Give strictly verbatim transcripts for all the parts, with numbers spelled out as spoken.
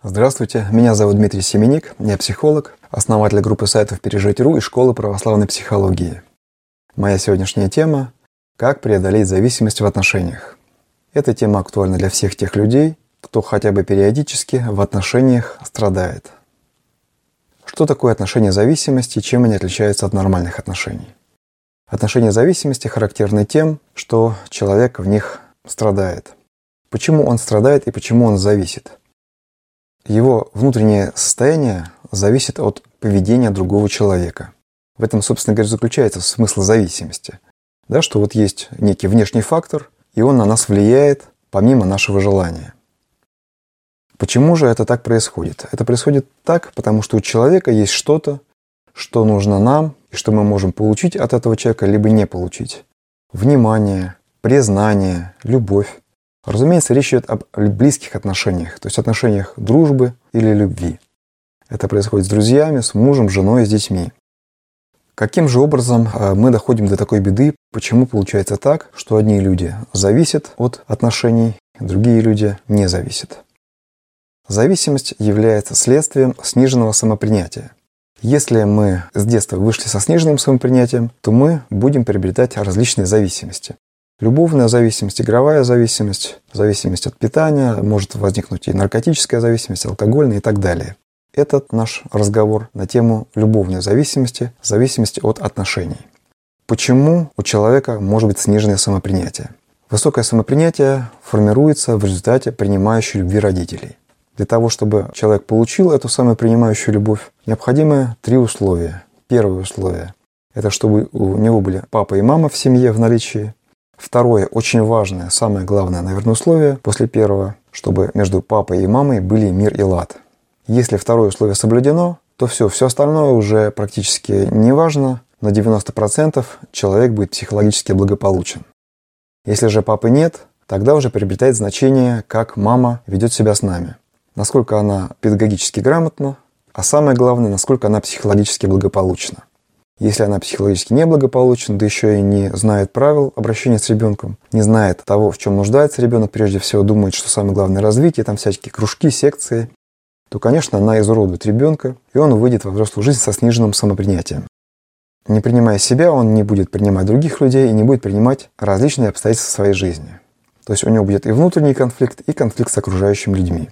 Здравствуйте, меня зовут Дмитрий Семеник, я психолог, основатель группы сайтов «Пережить.ру» и школы православной психологии. Моя сегодняшняя тема – как преодолеть зависимость в отношениях. Эта тема актуальна для всех тех людей, кто хотя бы периодически в отношениях страдает. Что такое отношения зависимости и чем они отличаются от нормальных отношений? Отношения зависимости характерны тем, что человек в них страдает. Почему он страдает и почему он зависит? Его внутреннее состояние зависит от поведения другого человека. В этом, собственно говоря, заключается смысл зависимости. Да, что вот есть некий внешний фактор, и он на нас влияет помимо нашего желания. Почему же это так происходит? Это происходит так, потому что у человека есть что-то, что нужно нам, и что мы можем получить от этого человека, либо не получить. Внимание, признание, любовь. Разумеется, речь идет об близких отношениях, то есть отношениях дружбы или любви. Это происходит с друзьями, с мужем, женой, с детьми. Каким же образом мы доходим до такой беды? Почему получается так, что одни люди зависят от отношений, другие люди не зависят? Зависимость является следствием сниженного самопринятия. Если мы с детства вышли со сниженным самопринятием, то мы будем приобретать различные зависимости. Любовная зависимость, игровая зависимость, зависимость от питания, может возникнуть и наркотическая зависимость, алкогольная и так далее. Этот наш разговор на тему любовной зависимости, зависимости от отношений. Почему у человека может быть сниженное самопринятие? Высокое самопринятие формируется в результате принимающей любви родителей. Для того, чтобы человек получил эту самую принимающую любовь, необходимы три условия. Первое условие – это чтобы у него были папа и мама в семье в наличии. Второе, очень важное, самое главное, наверное, условие после первого, чтобы между папой и мамой были мир и лад. Если второе условие соблюдено, то все, все остальное уже практически не важно. На девяносто процентов человек будет психологически благополучен. Если же папы нет, тогда уже приобретает значение, как мама ведет себя с нами. Насколько она педагогически грамотна, а самое главное, насколько она психологически благополучна. Если она психологически неблагополучна, да еще и не знает правил обращения с ребенком, не знает того, в чем нуждается ребенок, прежде всего думает, что самое главное развитие, там всякие кружки, секции, то, конечно, она изуродует ребенка, и он выйдет во взрослую жизнь со сниженным самопринятием. Не принимая себя, он не будет принимать других людей и не будет принимать различные обстоятельства своей жизни. То есть у него будет и внутренний конфликт, и конфликт с окружающими людьми.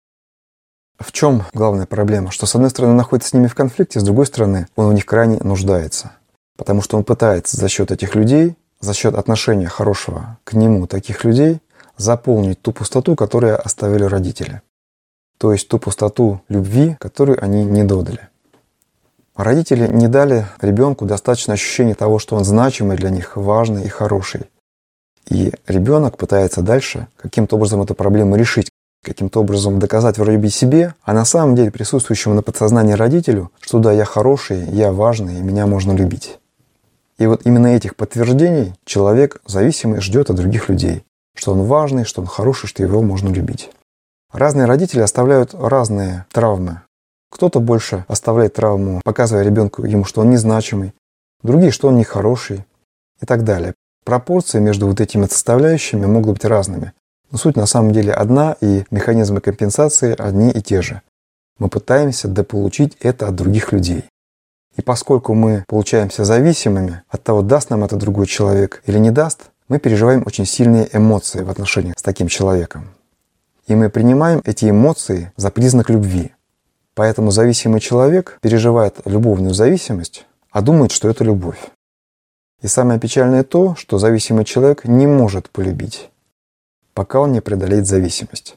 В чем главная проблема? Что, с одной стороны, он находится с ними в конфликте, с другой стороны, он в них крайне нуждается. Потому что он пытается за счет этих людей, за счет отношения хорошего к нему таких людей, заполнить ту пустоту, которую оставили родители. То есть ту пустоту любви, которую они не додали. Родители не дали ребенку достаточно ощущения того, что он значимый для них, важный и хороший. И ребенок пытается дальше каким-то образом эту проблему решить, каким-то образом доказать вроде бы себе, а на самом деле присутствующему на подсознании родителю, что да, я хороший, я важный, и меня можно любить. И вот именно этих подтверждений человек зависимый ждет от других людей, что он важный, что он хороший, что его можно любить. Разные родители оставляют разные травмы. Кто-то больше оставляет травму, показывая ребенку ему, что он незначимый, другие, что он нехороший и так далее. Пропорции между вот этими составляющими могут быть разными. Но суть на самом деле одна, и механизмы компенсации одни и те же. Мы пытаемся дополучить это от других людей. И поскольку мы получаемся зависимыми от того, даст нам это другой человек или не даст, мы переживаем очень сильные эмоции в отношениях с таким человеком. И мы принимаем эти эмоции за признак любви. Поэтому зависимый человек переживает любовную зависимость, а думает, что это любовь. И самое печальное то, что зависимый человек не может полюбить, пока он не преодолеет зависимость.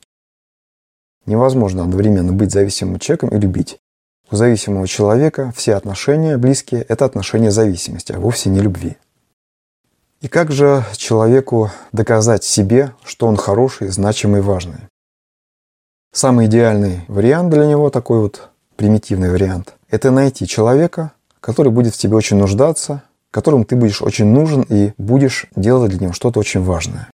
Невозможно одновременно быть зависимым человеком и любить. У зависимого человека все отношения близкие – это отношения зависимости, а вовсе не любви. И как же человеку доказать себе, что он хороший, значимый, важный? Самый идеальный вариант для него, такой вот примитивный вариант, это найти человека, который будет в тебе очень нуждаться, которому ты будешь очень нужен и будешь делать для него что-то очень важное.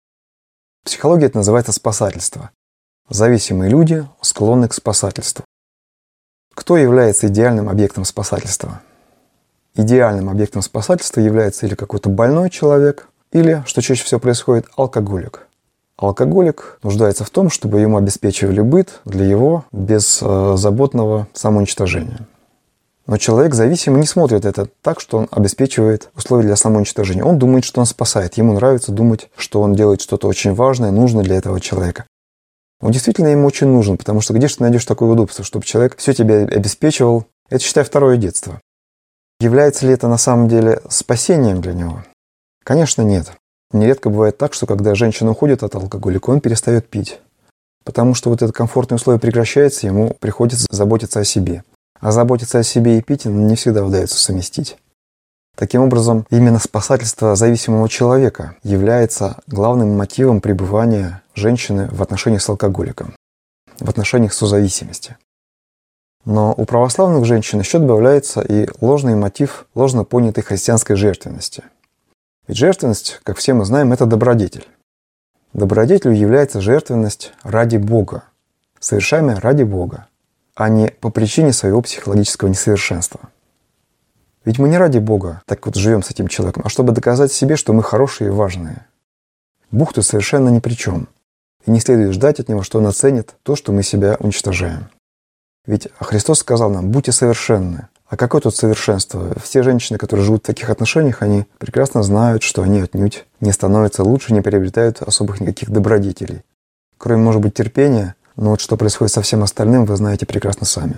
В психологии это называется спасательство. Зависимые люди склонны к спасательству. Кто является идеальным объектом спасательства? Идеальным объектом спасательства является или какой-то больной человек, или, что чаще всего происходит, алкоголик. Алкоголик нуждается в том, чтобы ему обеспечивали быт для его беззаботного самоуничтожения. Но человек зависимый не смотрит это так, что он обеспечивает условия для самоуничтожения. Он думает, что он спасает. Ему нравится думать, что он делает что-то очень важное, нужное для этого человека. Он действительно ему очень нужен, потому что где же ты найдешь такое удобство, чтобы человек все тебе обеспечивал? Это, считай, второе детство. Является ли это на самом деле спасением для него? Конечно, нет. Нередко бывает так, что когда женщина уходит от алкоголика, он перестает пить. Потому что вот это комфортное условие прекращается, ему приходится заботиться о себе. А заботиться о себе и пить не всегда удается совместить. Таким образом, именно спасательство зависимого человека является главным мотивом пребывания женщины в отношениях с алкоголиком, в отношениях созависимости. Но у православных женщин еще добавляется и ложный мотив ложно понятой христианской жертвенности. Ведь жертвенность, как все мы знаем, это добродетель. Добродетелью является жертвенность ради Бога, совершаемая ради Бога, а не по причине своего психологического несовершенства. Ведь мы не ради Бога так вот живем с этим человеком, а чтобы доказать себе, что мы хорошие и важные. Бог тут совершенно ни при чем. И не следует ждать от Него, что Он оценит то, что мы себя уничтожаем. Ведь Христос сказал нам: «Будьте совершенны». А какое тут совершенство? Все женщины, которые живут в таких отношениях, они прекрасно знают, что они отнюдь не становятся лучше, не приобретают особых никаких добродетелей. Кроме, может быть, терпения, но вот что происходит со всем остальным, вы знаете прекрасно сами.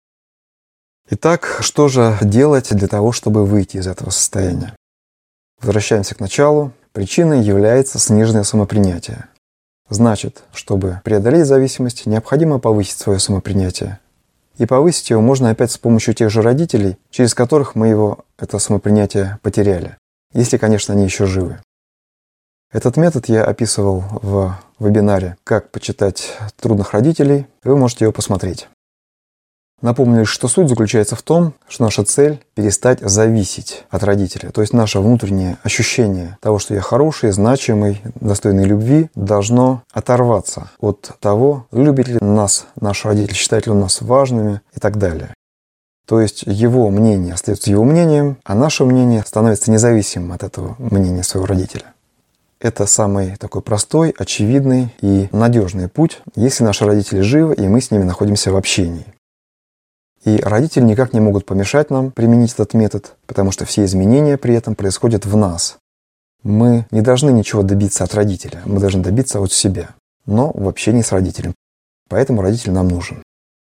Итак, что же делать для того, чтобы выйти из этого состояния? Возвращаемся к началу. Причиной является сниженное самопринятие. Значит, чтобы преодолеть зависимость, необходимо повысить свое самопринятие. И повысить его можно опять с помощью тех же родителей, через которых мы его, это самопринятие, потеряли. Если, конечно, они еще живы. Этот метод я описывал в вебинаре «Как почитать трудных родителей». Вы можете его посмотреть. Напомню лишь, что суть заключается в том, что наша цель – перестать зависеть от родителя. То есть наше внутреннее ощущение того, что я хороший, значимый, достойный любви, должно оторваться от того, любит ли нас наш родитель, считает ли он нас важными и так далее. То есть его мнение остается его мнением, а наше мнение становится независимым от этого мнения своего родителя. Это самый такой простой, очевидный и надежный путь, если наши родители живы и мы с ними находимся в общении. И родители никак не могут помешать нам применить этот метод, потому что все изменения при этом происходят в нас. Мы не должны ничего добиться от родителя, мы должны добиться от себя, но в общении с родителем. Поэтому родитель нам нужен.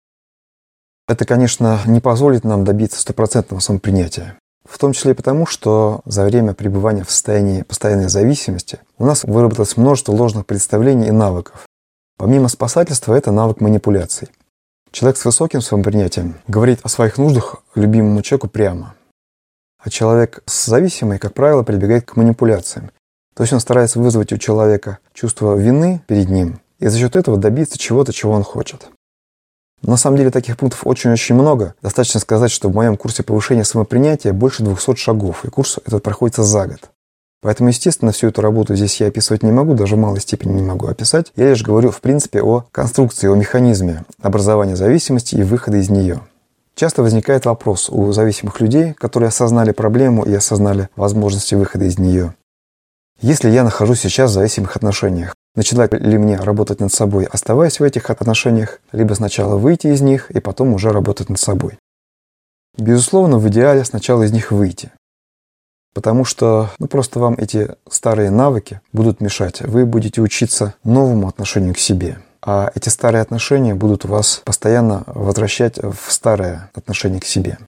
Это, конечно, не позволит нам добиться стопроцентного самопринятия. В том числе и потому, что за время пребывания в состоянии постоянной зависимости у нас выработалось множество ложных представлений и навыков. Помимо спасательства, это навык манипуляций. Человек с высоким самопринятием говорит о своих нуждах любимому человеку прямо. А человек с зависимой, как правило, прибегает к манипуляциям. То есть он старается вызвать у человека чувство вины перед ним и за счет этого добиться чего-то, чего он хочет. На самом деле таких пунктов очень-очень много. Достаточно сказать, что в моем курсе повышения самопринятия больше двухсот шагов, и курс этот проходится за год. Поэтому, естественно, всю эту работу здесь я описывать не могу, даже в малой степени не могу описать. Я лишь говорю, в принципе, о конструкции, о механизме образования зависимости и выхода из нее. Часто возникает вопрос у зависимых людей, которые осознали проблему и осознали возможности выхода из нее. Если я нахожусь сейчас в зависимых отношениях, начинать ли мне работать над собой, оставаясь в этих отношениях, либо сначала выйти из них и потом уже работать над собой? Безусловно, в идеале сначала из них выйти. Потому что ну, просто вам эти старые навыки будут мешать. Вы будете учиться новому отношению к себе. А эти старые отношения будут вас постоянно возвращать в старое отношение к себе.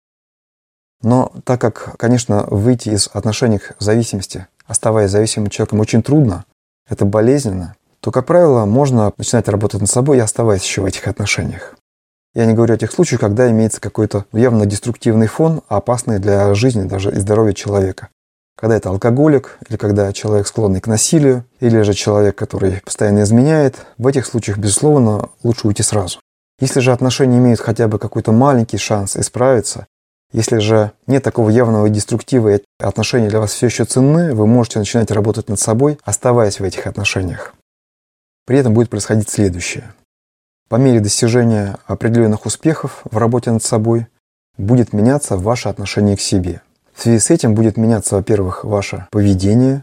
Но так как, конечно, выйти из отношений зависимости, оставаясь зависимым человеком, очень трудно, это болезненно, то, как правило, можно начинать работать над собой и оставаясь еще в этих отношениях. Я не говорю о тех случаях, когда имеется какой-то явно деструктивный фон, опасный для жизни даже и здоровья человека. Когда это алкоголик, или когда человек склонный к насилию, или же человек, который постоянно изменяет, в этих случаях, безусловно, лучше уйти сразу. Если же отношения имеют хотя бы какой-то маленький шанс исправиться, если же нет такого явного деструктива и отношения для вас все еще ценны, вы можете начинать работать над собой, оставаясь в этих отношениях. При этом будет происходить следующее. По мере достижения определенных успехов в работе над собой будет меняться ваше отношение к себе. В связи с этим будет меняться, во-первых, ваше поведение,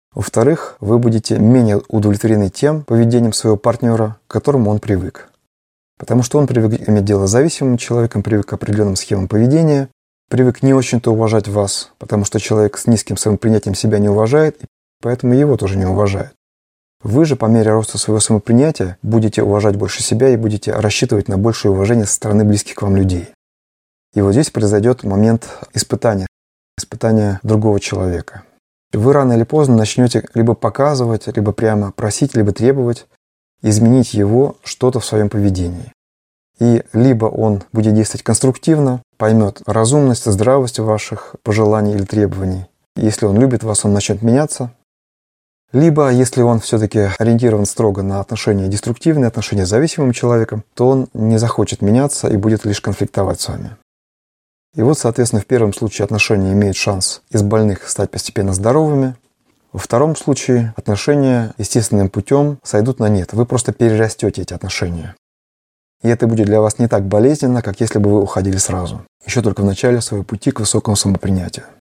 Во-вторых, вы будете менее удовлетворены тем поведением своего партнера, к которому он привык. Потому что он привык иметь дело с зависимым человеком, привык к определенным схемам поведения, привык не очень-то уважать вас, потому что человек с низким самопринятием себя не уважает, и поэтому его тоже не уважает. Вы же по мере роста своего самопринятия будете уважать больше себя и будете рассчитывать на большее уважение со стороны близких к вам людей. И вот здесь произойдет момент испытания, испытания другого человека. Вы рано или поздно начнете либо показывать, либо прямо просить, либо требовать изменить его что-то в своем поведении. И либо он будет действовать конструктивно, поймет разумность, здравость ваших пожеланий или требований. Если он любит вас, он начнет меняться. Либо, если он все-таки ориентирован строго на отношения деструктивные, отношения с зависимым человеком, то он не захочет меняться и будет лишь конфликтовать с вами. И вот, соответственно, в первом случае отношения имеют шанс из больных стать постепенно здоровыми. Во втором случае отношения естественным путем сойдут на нет. Вы просто перерастете эти отношения. И это будет для вас не так болезненно, как если бы вы уходили сразу. Еще только в начале своего пути к высокому самопринятию.